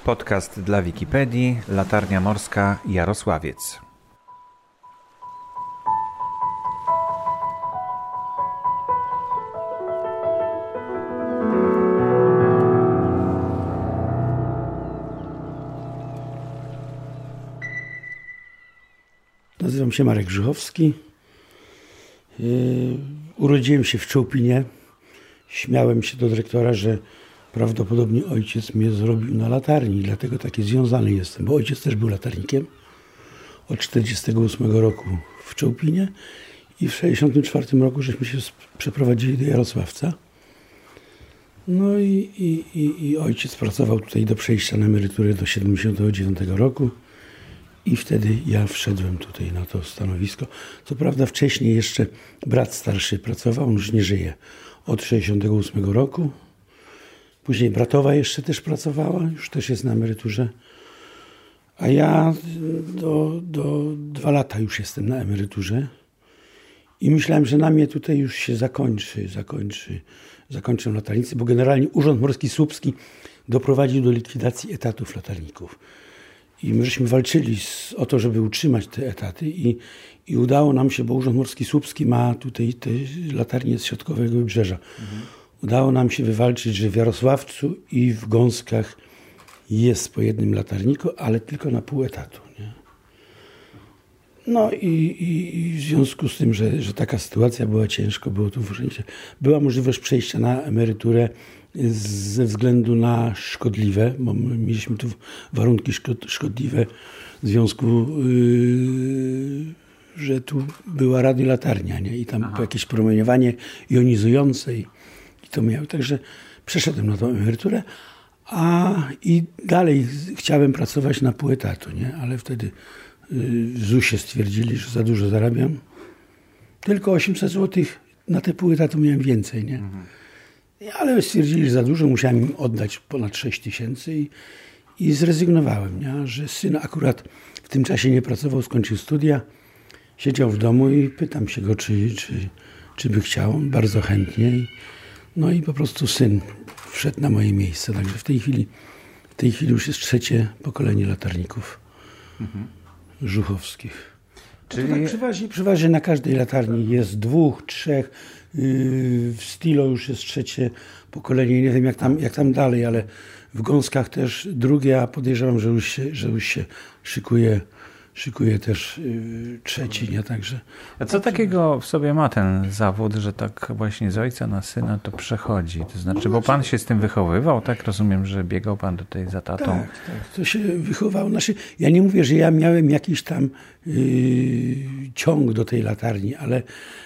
Podcast dla Wikipedii, Latarnia Morska, Jarosławiec. Nazywam się Marek Grzychowski. Urodziłem się w Czołpinie. Śmiałem się do dyrektora, że prawdopodobnie ojciec mnie zrobił na latarni, dlatego taki związany jestem, bo ojciec też był latarnikiem od 1948 roku w Czołpinie i w 1964 roku żeśmy się przeprowadzili do Jarosławca. No i ojciec pracował tutaj do przejścia na emeryturę do 1979 roku. I wtedy ja wszedłem tutaj na to stanowisko. Co prawda wcześniej jeszcze brat starszy pracował, on już nie żyje, od 1968 roku. Później bratowa jeszcze też pracowała, już też jest na emeryturze. A ja do 2 lata już jestem na emeryturze. I myślałem, że na mnie tutaj już się zakończą latarnicy, bo generalnie Urząd Morski Słupski doprowadził do likwidacji etatów latarników. I my żeśmy walczyli o to, żeby utrzymać te etaty i udało nam się, bo Urząd Morski Słupski ma tutaj te latarnie z środkowego wybrzeża. Udało nam się wywalczyć, że w Jarosławcu i w Gąskach jest po jednym latarniku, ale tylko na pół etatu. Nie? No i w związku z tym, że taka sytuacja była ciężko, było tu była możliwość przejścia na emeryturę ze względu na szkodliwe, bo mieliśmy tu warunki szkodliwe w związku, że tu była radiolatarnia, nie? I tam jakieś promieniowanie jonizujące i to miało. Także przeszedłem na tą emeryturę, i dalej chciałem pracować na pół etatu, nie? Ale wtedy w ZUS-ie stwierdzili, że za dużo zarabiam. Tylko 800 zł na te pół etatu miałem więcej, nie? Ale stwierdzili, że za dużo, musiałem im oddać ponad 6 000 i zrezygnowałem, nie? Że syn akurat w tym czasie nie pracował, skończył studia, siedział w domu i pytam się go, czy by chciał, bardzo chętnie. No i po prostu syn wszedł na moje miejsce, także w tej chwili już jest 3. pokolenie latarników żuchowskich. Czyli tak przeważnie na każdej latarni jest 2, 3, w Stilo już jest 3. pokolenie, nie wiem jak tam dalej, ale w Gąskach też 2, a podejrzewam, że już się szykuje też 3, nie? Także. A co takiego w sobie ma ten zawód, że tak właśnie z ojca na syna to przechodzi? To znaczy, bo pan się z tym wychowywał, tak? Rozumiem, że biegał pan tutaj za tatą. Tak, to się wychowało. Ja nie mówię, że ja miałem jakiś tam ciąg do tej latarni, ale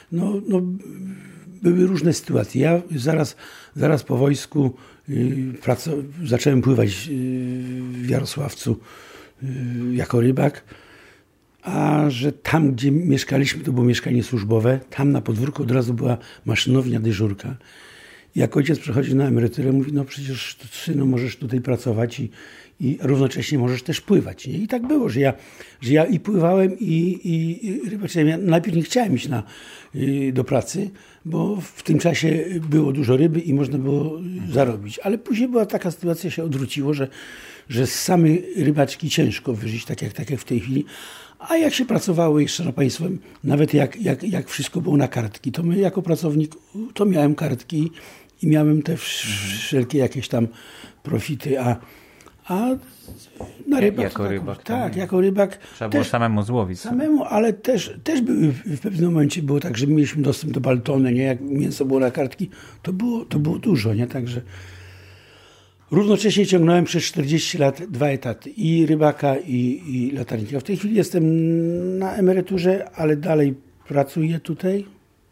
były różne sytuacje. Ja zaraz po wojsku zacząłem pływać w Jarosławcu jako rybak, a że tam, gdzie mieszkaliśmy, to było mieszkanie służbowe, tam na podwórku od razu była maszynownia, dyżurka. Jak ojciec przechodzi na emeryturę, mówi, no przecież synu, możesz tutaj pracować i równocześnie możesz też pływać. Nie? I tak było, że ja i pływałem i rybaczyłem. Ja najpierw nie chciałem iść do pracy, bo w tym czasie było dużo ryby i można było zarobić. Ale później była taka sytuacja, się odwróciło, że z samej rybaczki ciężko wyżyć, tak jak w tej chwili. A jak się pracowało jeszcze na państwem, nawet jak wszystko było na kartki, to my jako pracownik, to miałem kartki i miałem te wszelkie jakieś tam profity, a na rybach... Jako rybak. Tak, jako rybak. Trzeba było samemu złowić. Samemu, ale też były, w pewnym momencie było tak, że mieliśmy dostęp do baltony, nie? Jak mięso było na kartki, to było dużo, nie? Także równocześnie ciągnąłem przez 40 lat 2 etaty, i rybaka, i latarnika. W tej chwili jestem na emeryturze, ale dalej pracuję tutaj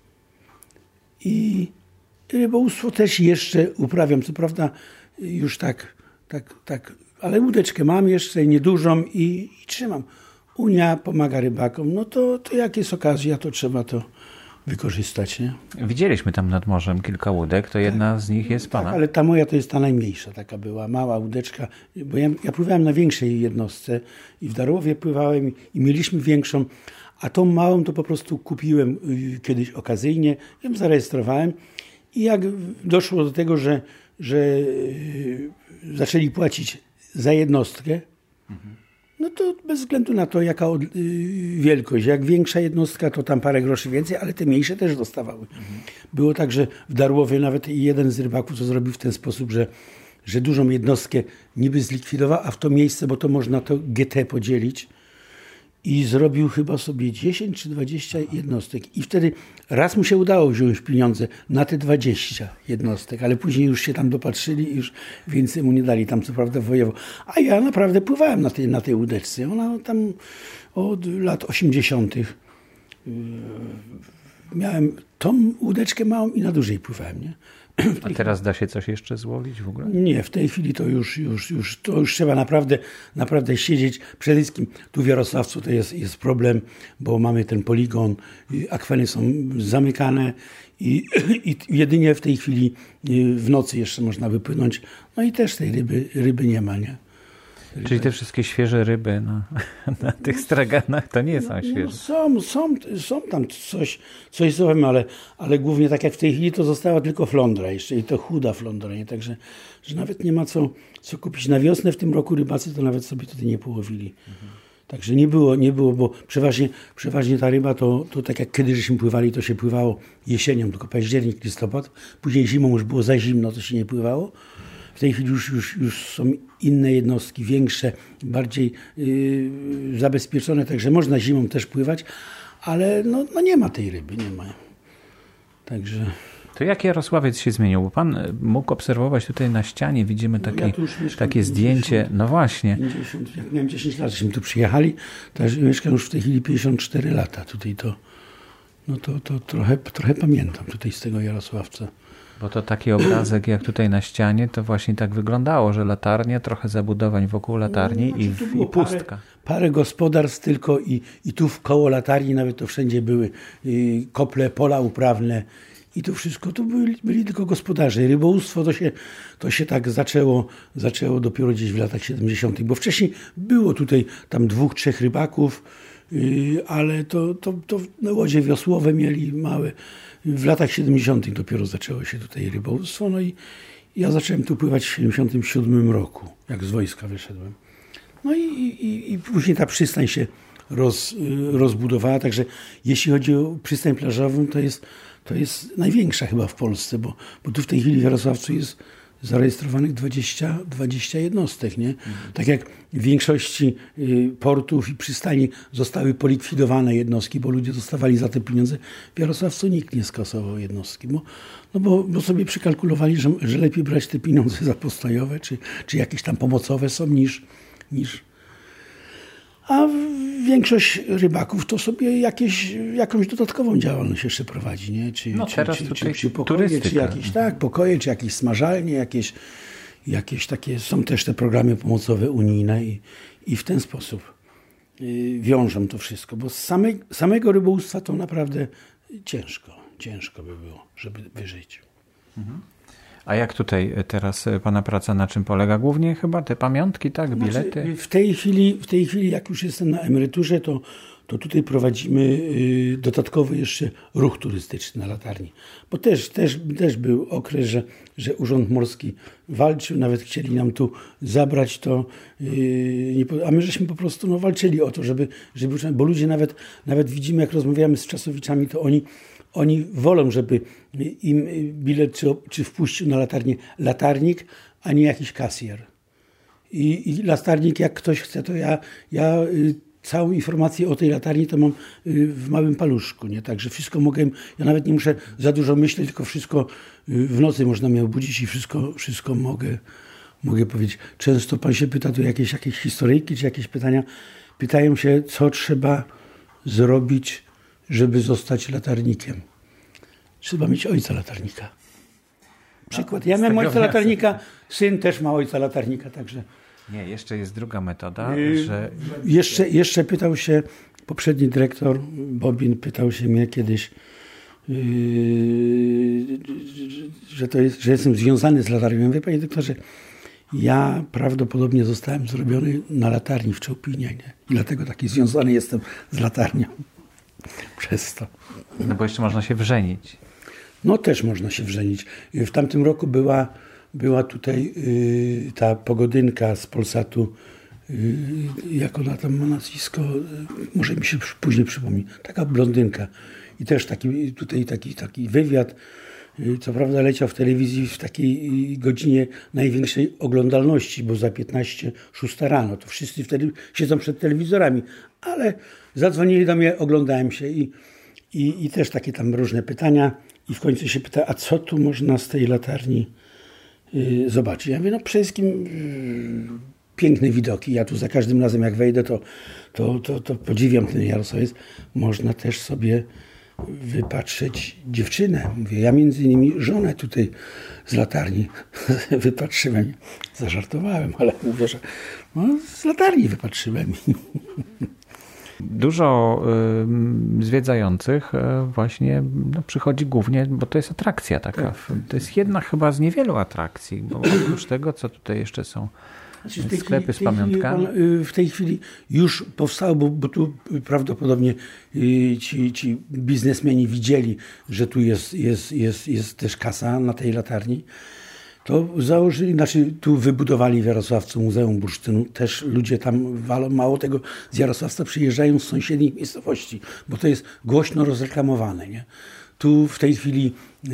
i rybołówstwo też jeszcze uprawiam. Co prawda już tak, ale łódeczkę mam jeszcze, niedużą i trzymam. Unia pomaga rybakom, no to jak jest okazja, to trzeba to wykorzystać, nie? Widzieliśmy tam nad morzem kilka łódek, to jedna z nich jest pana. Tak, ale ta moja to jest ta najmniejsza, taka była mała łódeczka, bo ja pływałem na większej jednostce i w Darłowie pływałem i mieliśmy większą, a tą małą to po prostu kupiłem kiedyś okazyjnie, ją zarejestrowałem i jak doszło do tego, że zaczęli płacić za jednostkę, no to bez względu na to, jaka wielkość. Jak większa jednostka, to tam parę groszy więcej, ale te mniejsze też dostawały. Było tak, że w Darłowie nawet jeden z rybaków to zrobił w ten sposób, że dużą jednostkę niby zlikwidował, a w to miejsce, bo to można to GT podzielić, i zrobił chyba sobie 10 czy 20 jednostek. I wtedy raz mu się udało wziąć pieniądze na te 20 jednostek, ale później już się tam dopatrzyli i już więcej mu nie dali. Tam co prawda wojewo. A ja naprawdę pływałem na tej łódeczce. Ona tam od lat 80. Miałem tą łódeczkę małą i na dłużej pływałem. Nie? A teraz da się coś jeszcze złowić w ogóle? Nie, w tej chwili to już trzeba naprawdę siedzieć. Przede wszystkim tu w Jarosławcu to jest problem, bo mamy ten poligon, akweny są zamykane i jedynie w tej chwili w nocy jeszcze można wypłynąć. No i też tej ryby nie ma, nie? Czyli te wszystkie świeże ryby na tych straganach to nie są świeże. Są tam coś złowimy, ale głównie tak jak w tej chwili to została tylko flądra jeszcze i to chuda flądra, nie? Także że nawet nie ma co kupić. Na wiosnę w tym roku rybacy to nawet sobie tutaj nie połowili. Także nie było, bo przeważnie ta ryba to tak jak kiedyś żeśmy pływali, to się pływało jesienią, tylko październik, listopad. Później zimą już było za zimno, to się nie pływało. W tej chwili już są inne jednostki, większe, bardziej zabezpieczone, także można zimą też pływać, ale no nie ma tej ryby, nie ma. Także... To jak Jarosławiec się zmienił? Bo pan mógł obserwować tutaj na ścianie, widzimy takie zdjęcie. No właśnie. 50, jak miałem 10 lat, żeśmy tu przyjechali, to mieszkam już w tej chwili 54 lata. Tutaj to trochę pamiętam tutaj z tego Jarosławca. Bo to taki obrazek jak tutaj na ścianie, to właśnie tak wyglądało, że latarnia, trochę zabudowań wokół latarni i pustka. Parę gospodarstw tylko i tu wkoło latarni nawet to wszędzie były kople, pola uprawne i to wszystko, to byli tylko gospodarze. Rybołówstwo to się tak zaczęło dopiero gdzieś w latach 70., bo wcześniej było tutaj tam 2-3 rybaków, ale to łodzie wiosłowe mieli małe. W latach 70. dopiero zaczęło się tutaj rybołówstwo, no i ja zacząłem tu pływać w 77 roku, jak z wojska wyszedłem. No i później ta przystań się rozbudowała, także jeśli chodzi o przystań plażową, to jest największa chyba w Polsce, bo tu w tej chwili w Jarosławcu jest zarejestrowanych 20 jednostek, nie? Tak jak w większości portów i przystani zostały polikwidowane jednostki, bo ludzie dostawali za te pieniądze. W Jarosławcu nikt nie skasował jednostki, bo sobie przykalkulowali, że lepiej brać te pieniądze za postojowe, czy jakieś tam pomocowe są niż... A większość rybaków to sobie jakąś dodatkową działalność jeszcze prowadzi, nie? Czy pokoje, czy jakieś pokoje, czy jakieś smażalnie, jakieś takie, są też te programy pomocowe unijne i w ten sposób wiążą to wszystko, bo z samego rybołówstwa to naprawdę ciężko by było, żeby wyżyć. Mhm. A jak tutaj teraz pana praca na czym polega? Głównie chyba te pamiątki, tak? Bilety? Znaczy, w tej chwili, jak już jestem na emeryturze, to tutaj prowadzimy dodatkowy jeszcze ruch turystyczny na latarni. Bo też był okres, że Urząd Morski walczył, nawet chcieli nam tu zabrać to, a my żeśmy po prostu walczyli o to, żeby bo ludzie nawet widzimy, jak rozmawiamy z czasowiczami, to oni wolą, żeby im bilet czy wpuścił na latarnię latarnik, a nie jakiś kasjer. I latarnik, jak ktoś chce, to ja całą informację o tej latarni to mam w małym paluszku, nie? Także wszystko mogę, ja nawet nie muszę za dużo myśleć, tylko wszystko w nocy można mnie obudzić i wszystko mogę powiedzieć. Często pan się pyta tu jakieś historyjki czy jakieś pytania. Pytają się, co trzeba zrobić, żeby zostać latarnikiem. Trzeba mieć ojca latarnika. Przykład. Ja miałem ojca latarnika, syn też ma ojca latarnika, także... Nie, jeszcze jest druga metoda, że... Jeszcze pytał się, poprzedni dyrektor Bobin pytał się mnie kiedyś, że jestem związany z latarnią. Ja mówię, panie doktorze, ja prawdopodobnie zostałem zrobiony na latarni w Czełpinie, nie? I dlatego taki związany jestem z latarnią. Przez to. No bo jeszcze można się wrzenić. No też można się wrzenić. W tamtym roku była tutaj ta pogodynka z Polsatu, jak ona tam ma nazwisko, może mi się później przypomni, taka blondynka. I też taki wywiad, co prawda leciał w telewizji w takiej godzinie największej oglądalności, bo za 6 rano, to wszyscy wtedy siedzą przed telewizorami, ale zadzwonili do mnie, oglądałem się i też takie tam różne pytania i w końcu się pyta, a co tu można z tej latarni zobaczyć? Ja mówię, no przede wszystkim piękne widoki. Ja tu za każdym razem jak wejdę, to podziwiam ten Jarosławiec. Można też sobie wypatrzeć dziewczynę. Mówię, ja między innymi żonę tutaj z latarni wypatrzyłem. Zażartowałem, ale mówię, że z latarni wypatrzyłem. Dużo zwiedzających właśnie przychodzi głównie, bo to jest atrakcja taka. To jest jedna chyba z niewielu atrakcji, bo oprócz tego, co tutaj jeszcze są sklepy z pamiątkami. W tej chwili już powstało, bo tu prawdopodobnie ci biznesmeni widzieli, że tu jest też kasa na tej latarni. To założyli, tu wybudowali w Jarosławcu Muzeum Bursztynu. Też ludzie tam walą. Mało tego, z Jarosławca przyjeżdżają z sąsiednich miejscowości, bo to jest głośno rozreklamowane. Nie? Tu w tej chwili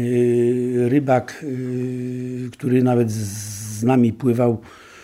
rybak, który nawet z nami pływał,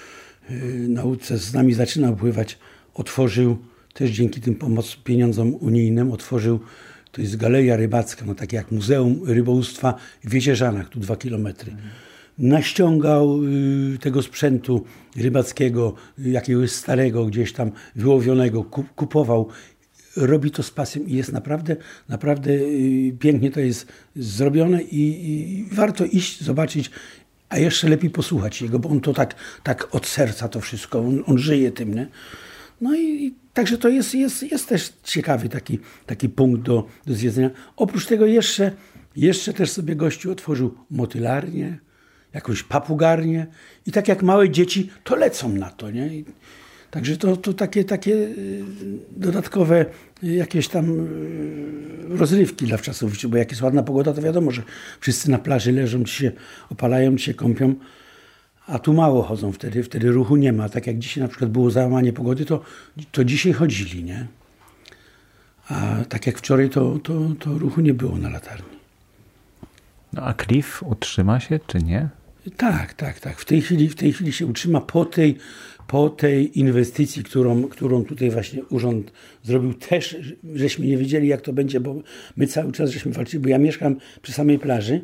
nauce z nami zaczynał pływać, otworzył, też dzięki tym pieniądzom unijnym, to jest galeria rybacka, no takie jak Muzeum Rybołówstwa w Jezierzanach, tu 2 kilometry. Naściągał tego sprzętu rybackiego, jakiegoś starego, gdzieś tam wyłowionego, kupował. Robi to z pasją i jest naprawdę pięknie to jest zrobione i warto iść, zobaczyć, a jeszcze lepiej posłuchać jego, bo on to tak od serca to wszystko, on żyje tym, nie? No i także to jest też ciekawy taki punkt do zwiedzenia. Oprócz tego jeszcze też sobie gościu otworzył motylarnię, jakąś papugarnię i tak jak małe dzieci, to lecą na to, nie? Także to takie dodatkowe jakieś tam rozrywki dla wczasowiczów, bo jak jest ładna pogoda, to wiadomo, że wszyscy na plaży leżą, ci się opalają, ci się kąpią, a tu mało chodzą wtedy ruchu nie ma. Tak jak dzisiaj na przykład było załamanie pogody, to dzisiaj chodzili, nie? A tak jak wczoraj, to ruchu nie było na latarni. No a klif utrzyma się, czy nie? Tak. W tej chwili się utrzyma po tej inwestycji, którą tutaj właśnie urząd zrobił. Też żeśmy nie wiedzieli, jak to będzie, bo my cały czas żeśmy walczyli, bo ja mieszkam przy samej plaży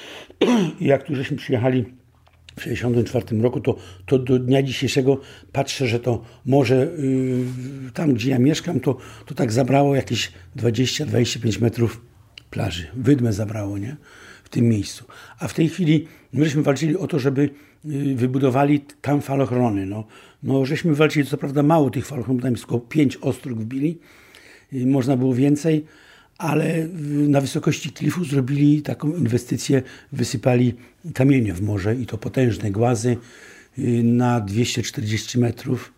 i jak tu żeśmy przyjechali w 1964 roku, to do dnia dzisiejszego patrzę, że to może tam, gdzie ja mieszkam, to tak zabrało jakieś 20-25 metrów plaży. Wydmę zabrało, nie? W tym miejscu. A w tej chwili myśmy walczyli o to, żeby wybudowali tam falochrony. No żeśmy walczyli, co prawda mało tych falochronów, tam jest tylko 5 ostróg wbili, można było więcej, ale na wysokości klifu zrobili taką inwestycję, wysypali kamienie w morze i to potężne głazy na 240 metrów.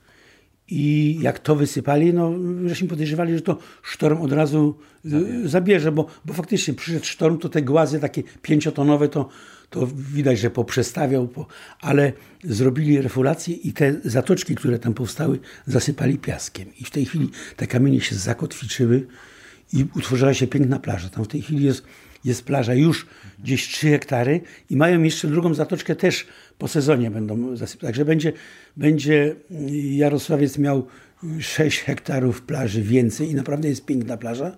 I jak to wysypali, żeśmy podejrzewali, że to sztorm od razu zabierze, bo faktycznie przyszedł sztorm, to te głazy takie 5-tonowe, to widać, że poprzestawiał, ale zrobili refulację i te zatoczki, które tam powstały, zasypali piaskiem. I w tej chwili te kamienie się zakotwiczyły i utworzyła się piękna plaża. Tam w tej chwili jest plaża już gdzieś 3 hektary i mają jeszcze drugą zatoczkę, też po sezonie będą zasypać. Także będzie Jarosławiec miał 6 hektarów plaży więcej i naprawdę jest piękna plaża.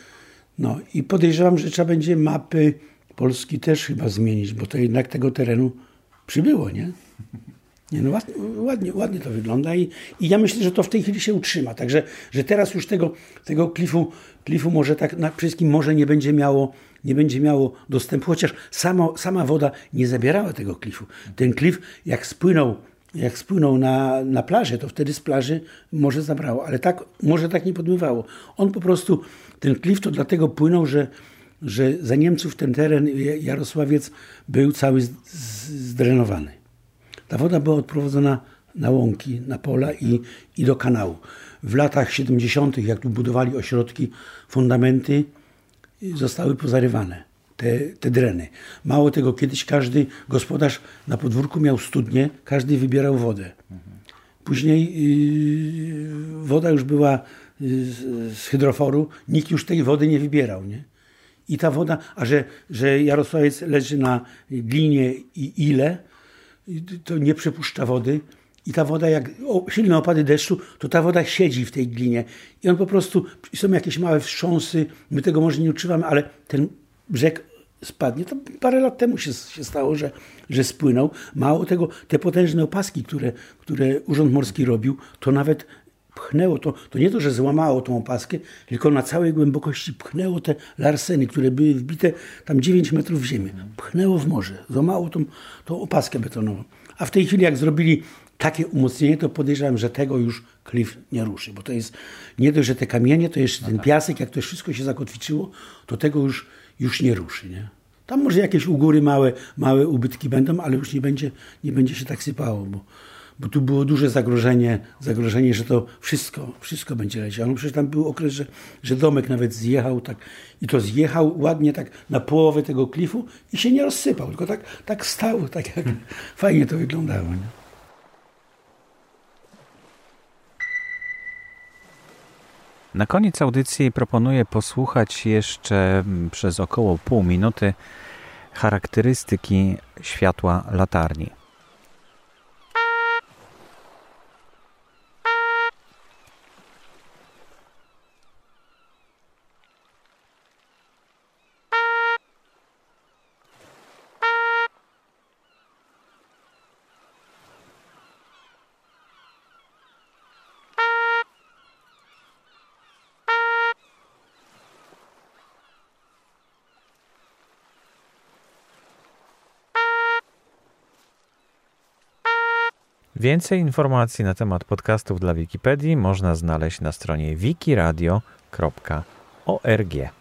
No i podejrzewam, że trzeba będzie mapy Polski też chyba zmienić, bo to jednak tego terenu przybyło, nie? Nie, no ładnie to wygląda i ja myślę, że to w tej chwili się utrzyma. Także, że teraz już tego klifu może tak na wszystkim może nie będzie miało dostępu, chociaż sama woda nie zabierała tego klifu. Ten klif jak spłynął na plażę, to wtedy z plaży morze zabrało, ale morze tak nie podmywało. On po prostu, ten klif to dlatego płynął, że za Niemców ten teren Jarosławiec był cały zdrenowany. Ta woda była odprowadzona na łąki, na pola i do kanału. W latach 70., jak tu budowali ośrodki, fundamenty zostały pozarywane. te dreny. Mało tego, kiedyś każdy gospodarz na podwórku miał studnię, każdy wybierał wodę. Później woda już była z hydroforu, nikt już tej wody nie wybierał, nie? I ta woda, że Jarosławiec leży na glinie i ile, to nie przepuszcza wody. I ta woda, jak silne opady deszczu, to ta woda siedzi w tej glinie. I on po prostu, są jakieś małe wstrząsy, my tego może nie odczuwamy, ale ten brzeg spadnie. To parę lat temu się stało, że spłynął. Mało tego, te potężne opaski, które Urząd Morski robił, to nawet pchnęło to nie to, że złamało tą opaskę, tylko na całej głębokości pchnęło te larseny, które były wbite tam 9 metrów w ziemię. Pchnęło w morze, złamało tą opaskę betonową. A w tej chwili, jak zrobili takie umocnienie, to podejrzewam, że tego już klif nie ruszy, bo to jest nie dość, że te kamienie, to jeszcze ten piasek, jak to wszystko się zakotwiczyło, to tego już nie ruszy, nie? Tam może jakieś u góry małe ubytki będą, ale już nie będzie się tak sypało, bo tu było duże zagrożenie, że to wszystko będzie leciało. No przecież tam był okres, że domek nawet zjechał tak i to zjechał ładnie tak na połowę tego klifu i się nie rozsypał, tylko tak stał, tak jak fajnie to wyglądało, nie? Na koniec audycji proponuję posłuchać jeszcze przez około pół minuty charakterystyki światła latarni. Więcej informacji na temat podcastów dla Wikipedii można znaleźć na stronie wikiradio.org.